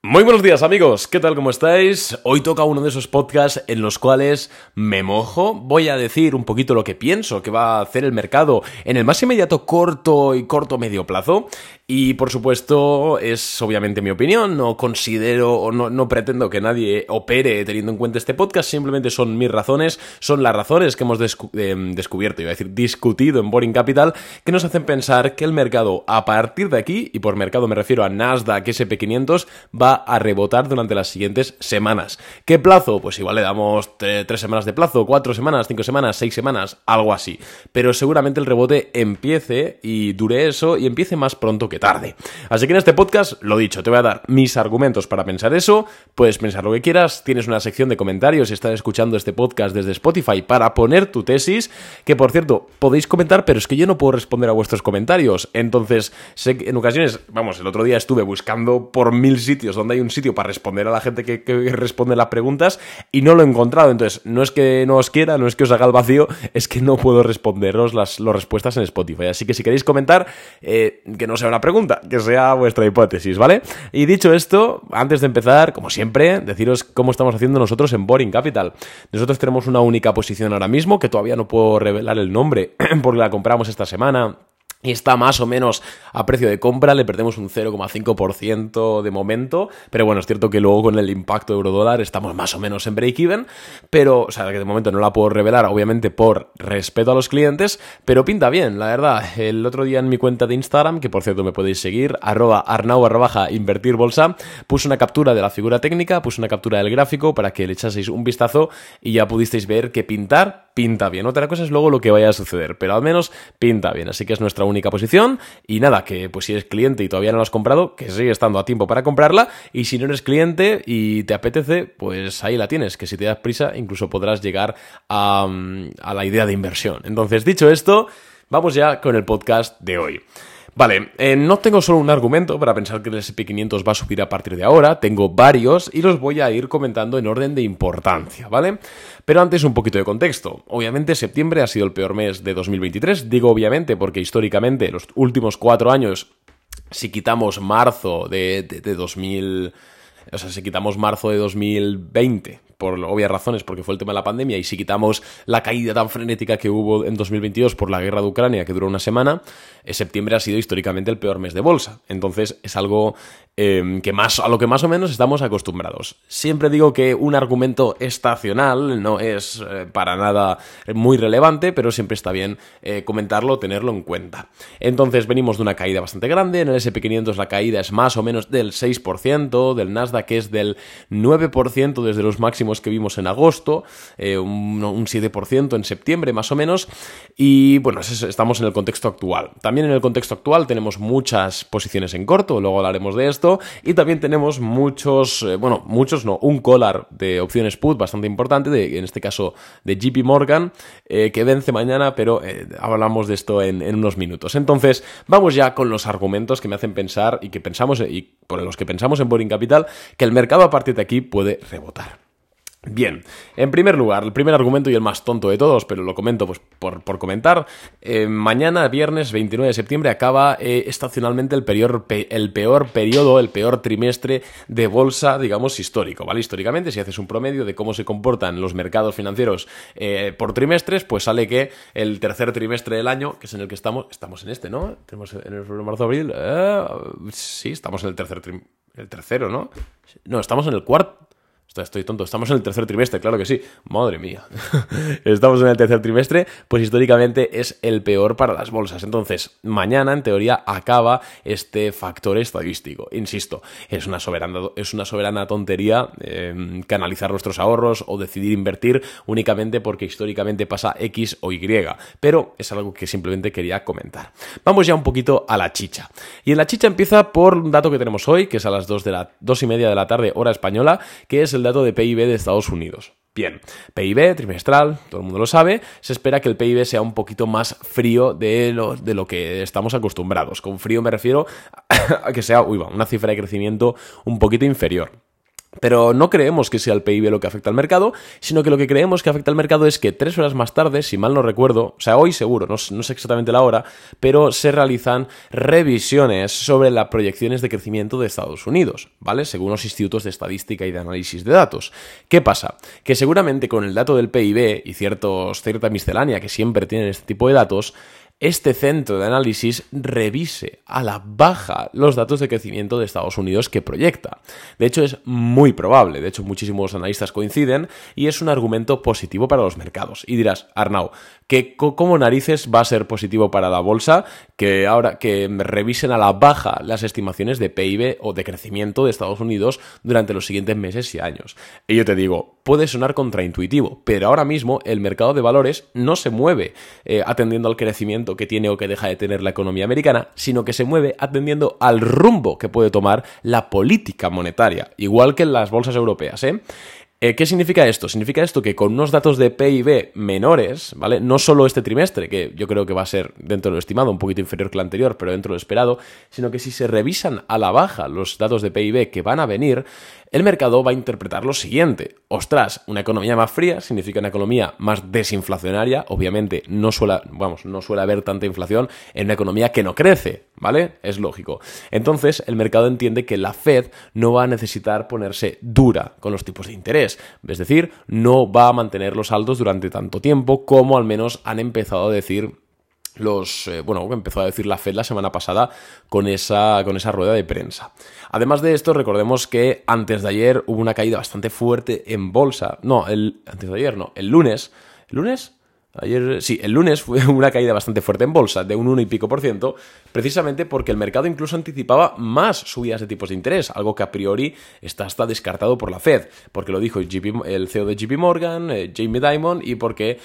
Muy buenos días amigos, ¿qué tal? ¿Cómo estáis? Hoy toca uno de esos podcasts en los cuales me mojo, voy a decir un poquito lo que pienso que va a hacer el mercado en el más inmediato corto y corto medio plazo y por supuesto es obviamente mi opinión, no considero o no pretendo que nadie opere teniendo en cuenta este podcast, simplemente son mis razones, son las razones que hemos descubierto, iba a decir discutido en Boring Capital, que nos hacen pensar que el mercado a partir de aquí, y por mercado me refiero a Nasdaq, S&P 500, va a rebotar durante las siguientes semanas. ¿Qué plazo? Pues igual le damos 3 semanas de plazo, 4 semanas, 5 semanas, 6 semanas, algo así. Pero seguramente el rebote empiece y dure eso y empiece más pronto que tarde. Así que en este podcast, lo dicho, te voy a dar mis argumentos para pensar eso. Puedes pensar lo que quieras, tienes una sección de comentarios si estás escuchando este podcast desde Spotify para poner tu tesis, que por cierto, podéis comentar, pero es que yo no puedo responder a vuestros comentarios. Entonces, sé que en ocasiones, el otro día estuve buscando por 1000 sitios donde hay un sitio para responder a la gente que responde las preguntas y no lo he encontrado. Entonces, no es que no os quiera, no es que os haga el vacío, es que no puedo responderos las respuestas en Spotify. Así que si queréis comentar, que no sea una pregunta, que sea vuestra hipótesis, ¿vale? Y dicho esto, antes de empezar, como siempre, deciros cómo estamos haciendo nosotros en Boring Capital. Nosotros tenemos una única posición ahora mismo, que todavía no puedo revelar el nombre porque la compramos esta semana. Y está más o menos a precio de compra, le perdemos un 0,5% de momento, pero bueno, es cierto que luego con el impacto euro-dólar estamos más o menos en break-even, pero, o sea, que de momento no la puedo revelar, obviamente por respeto a los clientes, pero pinta bien, la verdad. El otro día en mi cuenta de Instagram, que por cierto me podéis seguir, @arnau_invertirbolsa, puse una captura de la figura técnica, puse una captura del gráfico para que le echaseis un vistazo y ya pudisteis ver que pinta bien. Otra cosa es luego lo que vaya a suceder, pero al menos pinta bien, así que es nuestra única posición y nada, que pues si eres cliente y todavía no lo has comprado, que sigue estando a tiempo para comprarla, y si no eres cliente y te apetece, pues ahí la tienes, que si te das prisa incluso podrás llegar a la idea de inversión. Entonces, dicho esto, vamos ya con el podcast de hoy. Vale, no tengo solo un argumento para pensar que el S&P 500 va a subir a partir de ahora, tengo varios y los voy a ir comentando en orden de importancia, ¿vale? Pero antes un poquito de contexto. Obviamente septiembre ha sido el peor mes de 2023, digo obviamente porque históricamente los últimos 4 años, si quitamos marzo de 2000... O sea, si quitamos marzo de 2020, por obvias razones, porque fue el tema de la pandemia, y si quitamos la caída tan frenética que hubo en 2022 por la guerra de Ucrania, que duró una semana, septiembre ha sido históricamente el peor mes de bolsa. Entonces es algo a lo que más o menos estamos acostumbrados. Siempre digo que un argumento estacional no es para nada muy relevante, pero siempre está bien comentarlo, tenerlo en cuenta. Entonces venimos de una caída bastante grande. En el S&P 500 la caída es más o menos del 6%, del Nasdaq es del 9% desde los máximos que vimos en agosto, un 7% en septiembre más o menos, y bueno, estamos en el contexto actual. También en el contexto actual tenemos muchas posiciones en corto, luego hablaremos de esto, y también tenemos un collar de opciones put bastante importante, en este caso de JP Morgan, que vence mañana, pero hablamos de esto en unos minutos. Entonces, vamos ya con los argumentos que me hacen pensar y por los que pensamos en Boring Capital, que el mercado a partir de aquí puede rebotar. Bien, en primer lugar, el primer argumento y el más tonto de todos, pero lo comento pues por comentar, mañana, viernes 29 de septiembre, acaba estacionalmente el peor periodo, el peor trimestre de bolsa, digamos, histórico, ¿vale? Históricamente, si haces un promedio de cómo se comportan los mercados financieros por trimestres, pues sale que el tercer trimestre del año, que es en el que estamos en este, ¿no? Tenemos en el febrero, marzo, abril, sí, estamos en el tercero, ¿no? No, estamos en el cuarto. Estoy tonto, estamos en el tercer trimestre, claro que sí, madre mía, estamos en el tercer trimestre, pues históricamente es el peor para las bolsas. Entonces, mañana en teoría acaba este factor estadístico. Insisto, es una soberana tontería canalizar nuestros ahorros o decidir invertir únicamente porque históricamente pasa X o Y, pero es algo que simplemente quería comentar. Vamos ya un poquito a la chicha, y en la chicha empieza por un dato que tenemos hoy, que es a las 2:30 de la tarde, hora española, que es el dato de PIB de Estados Unidos. Bien, PIB trimestral, todo el mundo lo sabe, se espera que el PIB sea un poquito más frío de lo que estamos acostumbrados. Con frío me refiero a que sea una cifra de crecimiento un poquito inferior. Pero no creemos que sea el PIB lo que afecta al mercado, sino que lo que creemos que afecta al mercado es que 3 horas más tarde, si mal no recuerdo, o sea, hoy seguro, no sé exactamente la hora, pero se realizan revisiones sobre las proyecciones de crecimiento de Estados Unidos, ¿vale? Según los institutos de estadística y de análisis de datos. ¿Qué pasa? Que seguramente con el dato del PIB y cierta miscelánea que siempre tienen este tipo de datos, este centro de análisis revise a la baja los datos de crecimiento de Estados Unidos que proyecta. De hecho, es muy probable, de hecho muchísimos analistas coinciden, y es un argumento positivo para los mercados. Y dirás, Arnau, ¿cómo narices va a ser positivo para la bolsa que ahora que revisen a la baja las estimaciones de PIB o de crecimiento de Estados Unidos durante los siguientes meses y años? Y yo te digo, puede sonar contraintuitivo, pero ahora mismo el mercado de valores no se mueve atendiendo al crecimiento que tiene o que deja de tener la economía americana, sino que se mueve atendiendo al rumbo que puede tomar la política monetaria, igual que en las bolsas europeas, ¿eh? ¿Qué significa esto? Significa esto que con unos datos de PIB menores, ¿vale? No solo este trimestre, que yo creo que va a ser dentro de lo estimado, un poquito inferior que el anterior, pero dentro de lo esperado, sino que si se revisan a la baja los datos de PIB que van a venir, el mercado va a interpretar lo siguiente. Ostras, una economía más fría significa una economía más desinflacionaria. Obviamente no suele haber tanta inflación en una economía que no crece, ¿vale? Es lógico. Entonces el mercado entiende que la Fed no va a necesitar ponerse dura con los tipos de interés. Es decir, no va a mantenerlos altos durante tanto tiempo como al menos han empezado a decir empezó a decir la Fed la semana pasada con esa rueda de prensa. Además de esto, recordemos que antes de ayer hubo una caída bastante fuerte en bolsa. El lunes. ¿El lunes? El lunes fue una caída bastante fuerte en bolsa, de un 1 y pico %, precisamente porque el mercado incluso anticipaba más subidas de tipos de interés, algo que a priori está hasta descartado por la Fed, porque lo dijo el CEO de JP Morgan, Jamie Dimon, y porque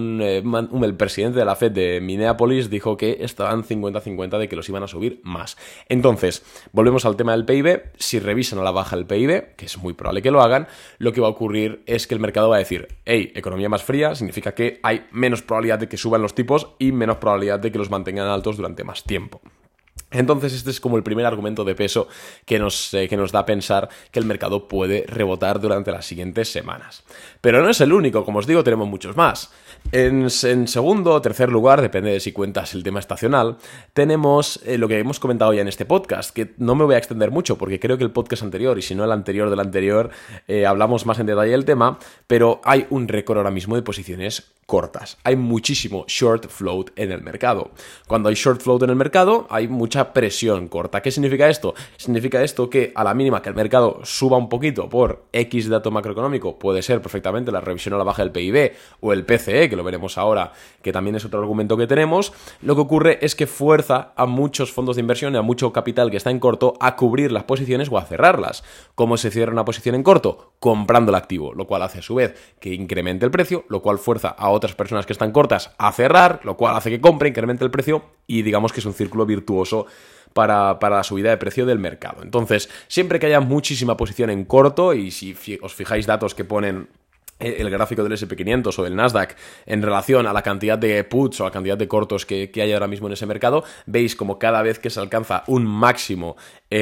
el presidente de la Fed de Minneapolis dijo que estaban 50-50 de que los iban a subir más. Entonces, volvemos al tema del PIB. Si revisan a la baja el PIB, que es muy probable que lo hagan, lo que va a ocurrir es que el mercado va a decir, hey, economía más fría significa que hay menos probabilidad de que suban los tipos y menos probabilidad de que los mantengan altos durante más tiempo. Entonces este es como el primer argumento de peso que nos da a pensar que el mercado puede rebotar durante las siguientes semanas. Pero no es el único, como os digo, tenemos muchos más. En segundo o tercer lugar, depende de si cuentas el tema estacional, tenemos lo que hemos comentado ya en este podcast, que no me voy a extender mucho porque creo que el podcast anterior, y si no el anterior del anterior, hablamos más en detalle del tema, pero hay un récord ahora mismo de posiciones cortas. Hay muchísimo short float en el mercado. Cuando hay short float en el mercado, hay mucha presión corta. ¿Qué significa esto? Significa esto que a la mínima que el mercado suba un poquito por X dato macroeconómico, puede ser perfectamente la revisión a la baja del PIB o el PCE, que lo veremos ahora, que también es otro argumento que tenemos, lo que ocurre es que fuerza a muchos fondos de inversión y a mucho capital que está en corto a cubrir las posiciones o a cerrarlas. ¿Cómo se cierra una posición en corto? Comprando el activo, lo cual hace a su vez que incremente el precio, lo cual fuerza a otras personas que están cortas a cerrar, lo cual hace que compre, incremente el precio y digamos que es un círculo virtuoso para la subida de precio del mercado. Entonces, siempre que haya muchísima posición en corto, y si os fijáis datos que ponen el gráfico del S&P 500 o del Nasdaq en relación a la cantidad de puts o a la cantidad de cortos que hay ahora mismo en ese mercado, veis como cada vez que se alcanza un máximo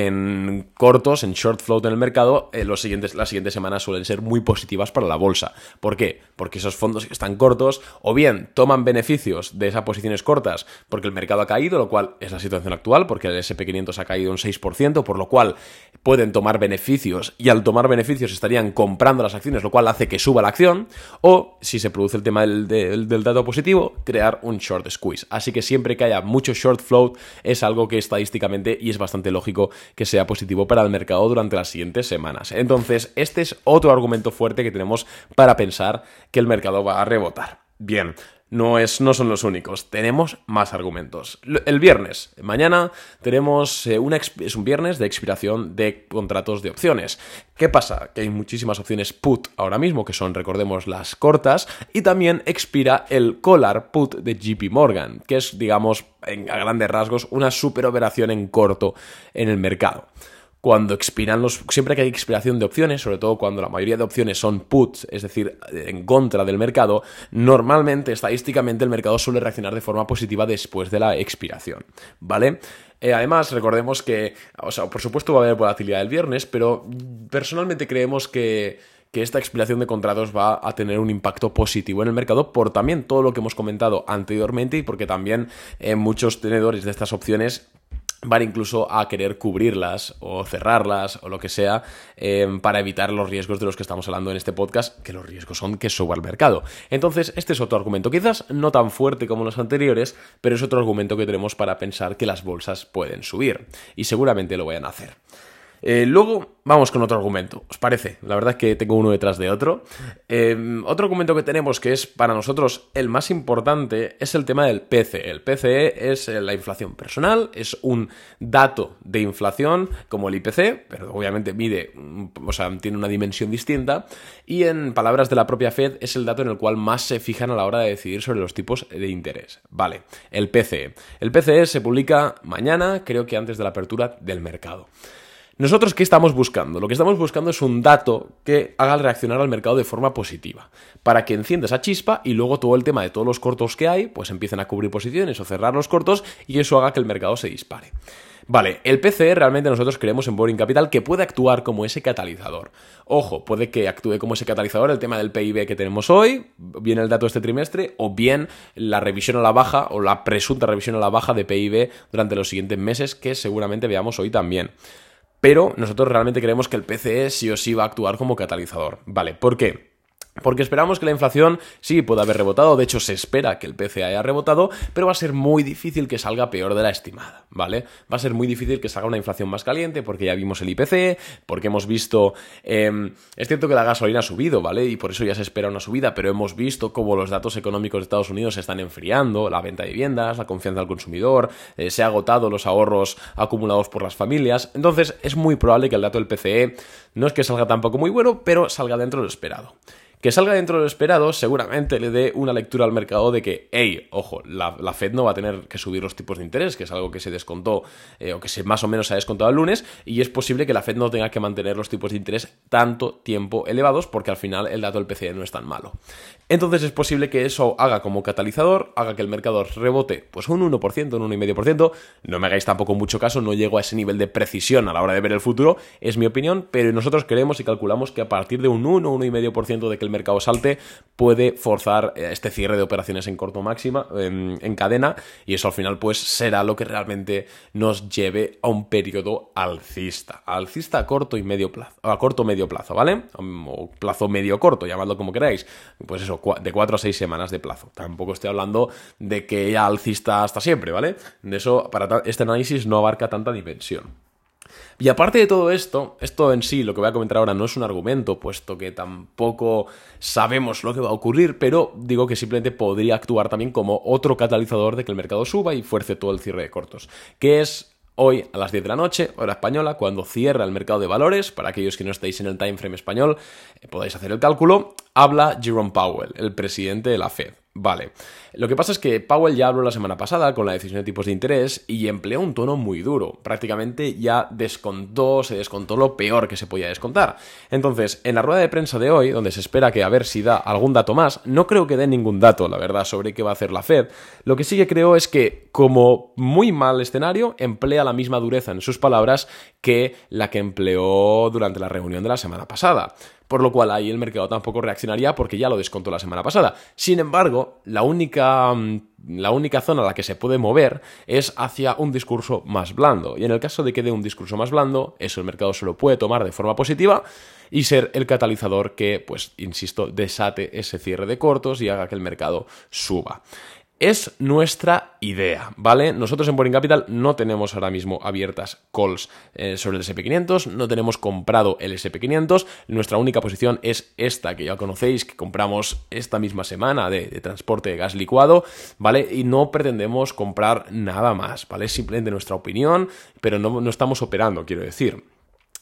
en cortos, en short float en el mercado, las siguientes semanas suelen ser muy positivas para la bolsa. ¿Por qué? Porque esos fondos que están cortos o bien toman beneficios de esas posiciones cortas porque el mercado ha caído, lo cual es la situación actual, porque el S&P 500 ha caído un 6%, por lo cual pueden tomar beneficios y al tomar beneficios estarían comprando las acciones, lo cual hace que suba la acción, o si se produce el tema del dato positivo, crear un short squeeze. Así que siempre que haya mucho short float es algo que estadísticamente y es bastante lógico que sea positivo para el mercado durante las siguientes semanas. Entonces, este es otro argumento fuerte que tenemos para pensar que el mercado va a rebotar. Bien, no son los únicos, tenemos más argumentos. El viernes, mañana, tenemos es un viernes de expiración de contratos de opciones. ¿Qué pasa? Que hay muchísimas opciones put ahora mismo, que son, recordemos, las cortas, y también expira el collar put de JP Morgan, que es, digamos, a grandes rasgos, una superoperación en corto en el mercado. cuando expiran siempre que hay expiración de opciones, sobre todo cuando la mayoría de opciones son puts, es decir, en contra del mercado, normalmente, estadísticamente, el mercado suele reaccionar de forma positiva después de la expiración, ¿vale? Además, recordemos que, por supuesto va a haber volatilidad el viernes, pero personalmente creemos que esta expiración de contratos va a tener un impacto positivo en el mercado por también todo lo que hemos comentado anteriormente y porque también muchos tenedores de estas opciones van incluso a querer cubrirlas o cerrarlas o lo que sea para evitar los riesgos de los que estamos hablando en este podcast, que los riesgos son que suba el mercado. Entonces, este es otro argumento, quizás no tan fuerte como los anteriores, pero es otro argumento que tenemos para pensar que las bolsas pueden subir y seguramente lo vayan a hacer. Luego vamos con otro argumento, ¿os parece? La verdad es que tengo uno detrás de otro. Otro argumento que tenemos que es para nosotros el más importante es el tema del PCE. El PCE es la inflación personal, es un dato de inflación como el IPC, pero obviamente tiene una dimensión distinta y en palabras de la propia Fed es el dato en el cual más se fijan a la hora de decidir sobre los tipos de interés. Vale, el PCE. El PCE se publica mañana, creo que antes de la apertura del mercado. ¿Nosotros qué estamos buscando? Lo que estamos buscando es un dato que haga reaccionar al mercado de forma positiva, para que encienda esa chispa y luego todo el tema de todos los cortos que hay, pues empiecen a cubrir posiciones o cerrar los cortos y eso haga que el mercado se dispare. Vale, el PCE realmente nosotros creemos en Boring Capital que puede actuar como ese catalizador. Ojo, puede que actúe como ese catalizador el tema del PIB que tenemos hoy, bien el dato de este trimestre, o bien la revisión a la baja o la presunta revisión a la baja de PIB durante los siguientes meses que seguramente veamos hoy también. Pero nosotros realmente creemos que el PCE sí o sí va a actuar como catalizador. Vale, ¿por qué? Porque esperamos que la inflación sí pueda haber rebotado, de hecho se espera que el PCE haya rebotado, pero va a ser muy difícil que salga peor de la estimada, ¿vale? Va a ser muy difícil que salga una inflación más caliente porque ya vimos el IPC, porque hemos visto... es cierto que la gasolina ha subido, ¿vale? Y por eso ya se espera una subida, pero hemos visto cómo los datos económicos de Estados Unidos se están enfriando, la venta de viviendas, la confianza del consumidor, se han agotado los ahorros acumulados por las familias, entonces es muy probable que el dato del PCE no es que salga tampoco muy bueno, pero salga dentro de lo esperado. Que salga dentro de lo esperado seguramente le dé una lectura al mercado de que, ojo, la Fed no va a tener que subir los tipos de interés, que es algo que se descontó o que más o menos se ha descontado el lunes, y es posible que la Fed no tenga que mantener los tipos de interés tanto tiempo elevados porque al final el dato del PCE no es tan malo. Entonces es posible que eso haga como catalizador, haga que el mercado rebote pues un 1%, un 1,5%. No me hagáis tampoco mucho caso, no llego a ese nivel de precisión a la hora de ver el futuro, es mi opinión, pero nosotros creemos y calculamos que a partir de un 1,5% de que el mercado salte puede forzar este cierre de operaciones en corto máxima, en cadena, y eso al final pues será lo que realmente nos lleve a un periodo alcista a corto y medio plazo, a corto medio plazo, ¿vale? O plazo medio corto, llamadlo como queráis, pues eso, de 4 a 6 semanas de plazo. Tampoco estoy hablando de que ya alcista hasta siempre, ¿vale? De eso, para este análisis no abarca tanta dimensión. Y aparte de todo esto en sí, lo que voy a comentar ahora no es un argumento, puesto que tampoco sabemos lo que va a ocurrir, pero digo que simplemente podría actuar también como otro catalizador de que el mercado suba y fuerce todo el cierre de cortos, que es hoy a las 10 de la noche, hora española, cuando cierra el mercado de valores. Para aquellos que no estáis en el time frame español, podáis hacer el cálculo. Habla Jerome Powell, el presidente de la Fed. Vale, lo que pasa es que Powell ya habló la semana pasada con la decisión de tipos de interés y empleó un tono muy duro. Prácticamente ya se descontó lo peor que se podía descontar. Entonces, en la rueda de prensa de hoy, donde se espera que a ver si da algún dato más, no creo que dé ningún dato, la verdad, sobre qué va a hacer la Fed. Lo que sí que creo es que, como muy mal escenario, emplea la misma dureza en sus palabras que la que empleó durante la reunión de la semana pasada. Por lo cual ahí el mercado tampoco reaccionaría porque ya lo descontó la semana pasada. Sin embargo, la única zona a la que se puede mover es hacia un discurso más blando. Y en el caso de que dé un discurso más blando, eso el mercado se lo puede tomar de forma positiva y ser el catalizador que, pues, insisto, desate ese cierre de cortos y haga que el mercado suba. Es nuestra idea, ¿vale? Nosotros en Boring Capital no tenemos ahora mismo abiertas calls sobre el S&P 500, no tenemos comprado el S&P 500, nuestra única posición es esta que ya conocéis, que compramos esta misma semana de transporte de gas licuado, ¿vale? Y no pretendemos comprar nada más, ¿vale? Es simplemente nuestra opinión, pero no estamos operando, quiero decir.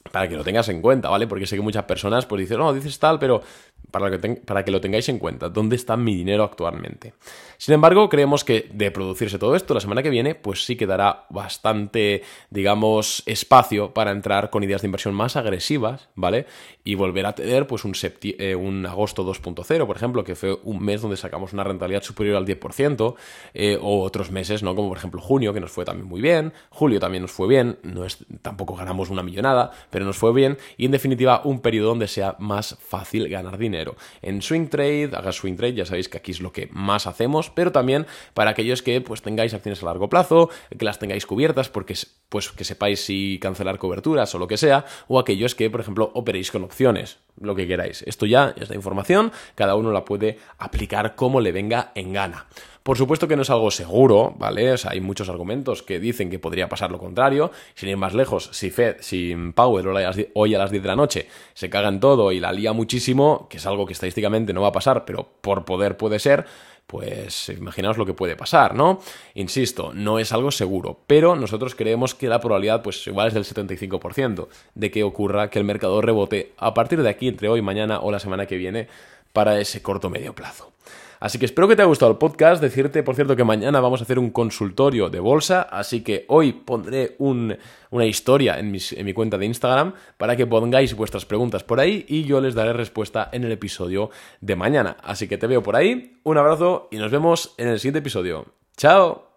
para que lo tengas en cuenta, ¿vale? Porque sé que muchas personas pues dicen, no, dices tal, pero para que lo tengáis en cuenta, ¿dónde está mi dinero actualmente? Sin embargo, creemos que de producirse todo esto la semana que viene, pues sí quedará bastante, digamos, espacio para entrar con ideas de inversión más agresivas, ¿vale? Y volver a tener pues un agosto 2.0, por ejemplo, que fue un mes donde sacamos una rentabilidad superior al 10%, o otros meses, ¿no? Como por ejemplo junio, que nos fue también muy bien, julio también nos fue bien, tampoco ganamos una millonada, pero nos fue bien, y en definitiva un periodo donde sea más fácil ganar dinero. En swing trade, hagas swing trade, ya sabéis que aquí es lo que más hacemos, pero también para aquellos que pues tengáis acciones a largo plazo, que las tengáis cubiertas porque pues que sepáis si cancelar coberturas o lo que sea, o aquellos que, por ejemplo, operéis con opciones, lo que queráis. Esto ya es la información, cada uno la puede aplicar como le venga en gana. Por supuesto que no es algo seguro, ¿vale? O sea, hay muchos argumentos que dicen que podría pasar lo contrario. Sin ir más lejos, si Powell hoy a las 10 de la noche se caga en todo y la lía muchísimo, que es algo que estadísticamente no va a pasar, pero por poder puede ser, pues imaginaos lo que puede pasar, ¿no? Insisto, no es algo seguro, pero nosotros creemos que la probabilidad pues igual es del 75% de que ocurra que el mercado rebote a partir de aquí entre hoy, mañana o la semana que viene para ese corto medio plazo. Así que espero que te haya gustado el podcast. Decirte, por cierto, que mañana vamos a hacer un consultorio de bolsa, así que hoy pondré una historia en mi cuenta de Instagram para que pongáis vuestras preguntas por ahí y yo les daré respuesta en el episodio de mañana. Así que te veo por ahí, un abrazo y nos vemos en el siguiente episodio. ¡Chao!